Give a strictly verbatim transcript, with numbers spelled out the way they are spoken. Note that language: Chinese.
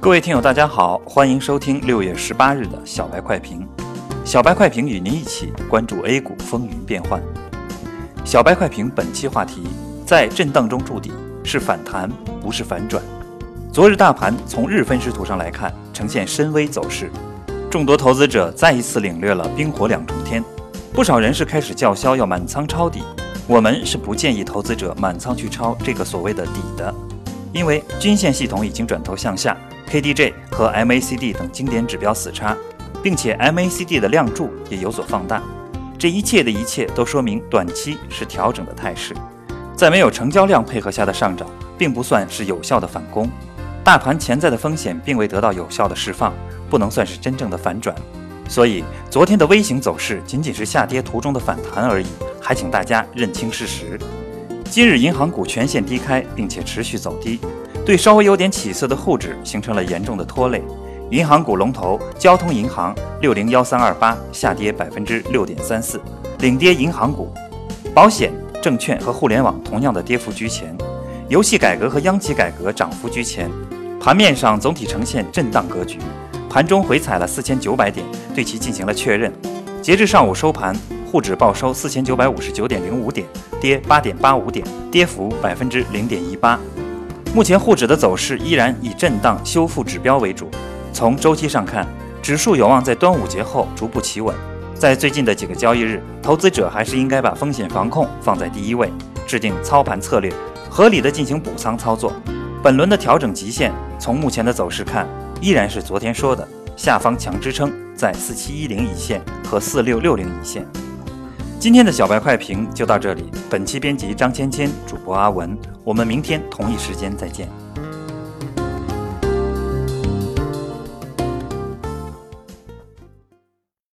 各位听友大家好，欢迎收听六月十八日的小白快评。小白快评与您一起关注 A 股风云变幻。小白快评本期话题：在震荡中筑底，是反弹不是反转。昨日大盘从日分时图上来看，呈现深 V 走势，众多投资者再一次领略了冰火两重天。不少人士开始叫嚣要满仓抄底，我们是不建议投资者满仓去抄这个所谓的底的，因为均线系统已经转头向下， K D J 和 M A C D 等经典指标死叉，并且 M A C D 的量柱也有所放大，这一切的一切都说明短期是调整的态势，在没有成交量配合下的上涨，并不算是有效的反攻，大盘潜在的风险并未得到有效的释放，不能算是真正的反转。所以昨天的微型走势仅仅是下跌途中的反弹而已，还请大家认清事实。今日银行股全线低开，并且持续走低，对稍微有点起色的沪指形成了严重的拖累。银行股龙头交通银行六零一三二八下跌 百分之六点三四， 领跌银行股。保险、证券和互联网同样的跌幅居前，游戏改革和央企改革涨幅居前。盘面上总体呈现震荡格局，盘中回踩了四千九百点，对其进行了确认。截至上午收盘，沪指报收 四千九百五十九点零五点，跌 八点八五点，跌幅 百分之零点一八。目前沪指的走势依然以震荡修复指标为主。从周期上看，指数有望在端午节后逐步企稳。在最近的几个交易日，投资者还是应该把风险防控放在第一位，制定操盘策略，合理的进行补仓操作。本轮的调整极限，从目前的走势看，依然是昨天说的下方强支撑在四七一零一线和四六六零一线。今天的小白快评就到这里，本期编辑张芊芊，主播阿文，我们明天同一时间再见。